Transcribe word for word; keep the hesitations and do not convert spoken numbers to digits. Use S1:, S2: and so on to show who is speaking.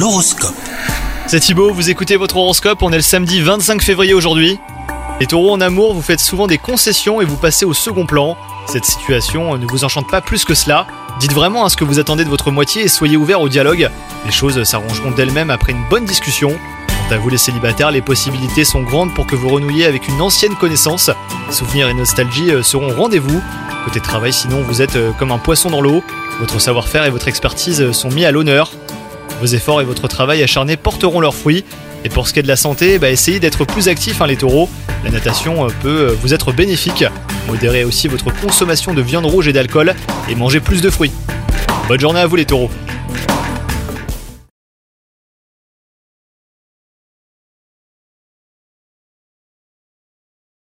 S1: L'horoscope.
S2: C'est Thibaut, vous écoutez votre horoscope, on est le samedi vingt-cinq février aujourd'hui. Les taureaux, en amour, vous faites souvent des concessions et vous passez au second plan. Cette situation ne vous enchante pas plus que cela. Dites vraiment à ce que vous attendez de votre moitié et soyez ouverts au dialogue. Les choses s'arrangeront d'elles-mêmes après une bonne discussion. Quant à vous les célibataires, les possibilités sont grandes pour que vous renouiez avec une ancienne connaissance. Souvenirs et nostalgie seront au rendez-vous. Côté travail, sinon, vous êtes comme un poisson dans l'eau. Votre savoir-faire et votre expertise sont mis à l'honneur. Vos efforts et votre travail acharné porteront leurs fruits. Et pour ce qui est de la santé, bah essayez d'être plus actifs hein, les taureaux. La natation peut vous être bénéfique. Modérez aussi votre consommation de viande rouge et d'alcool et mangez plus de fruits. Bonne journée à vous les taureaux.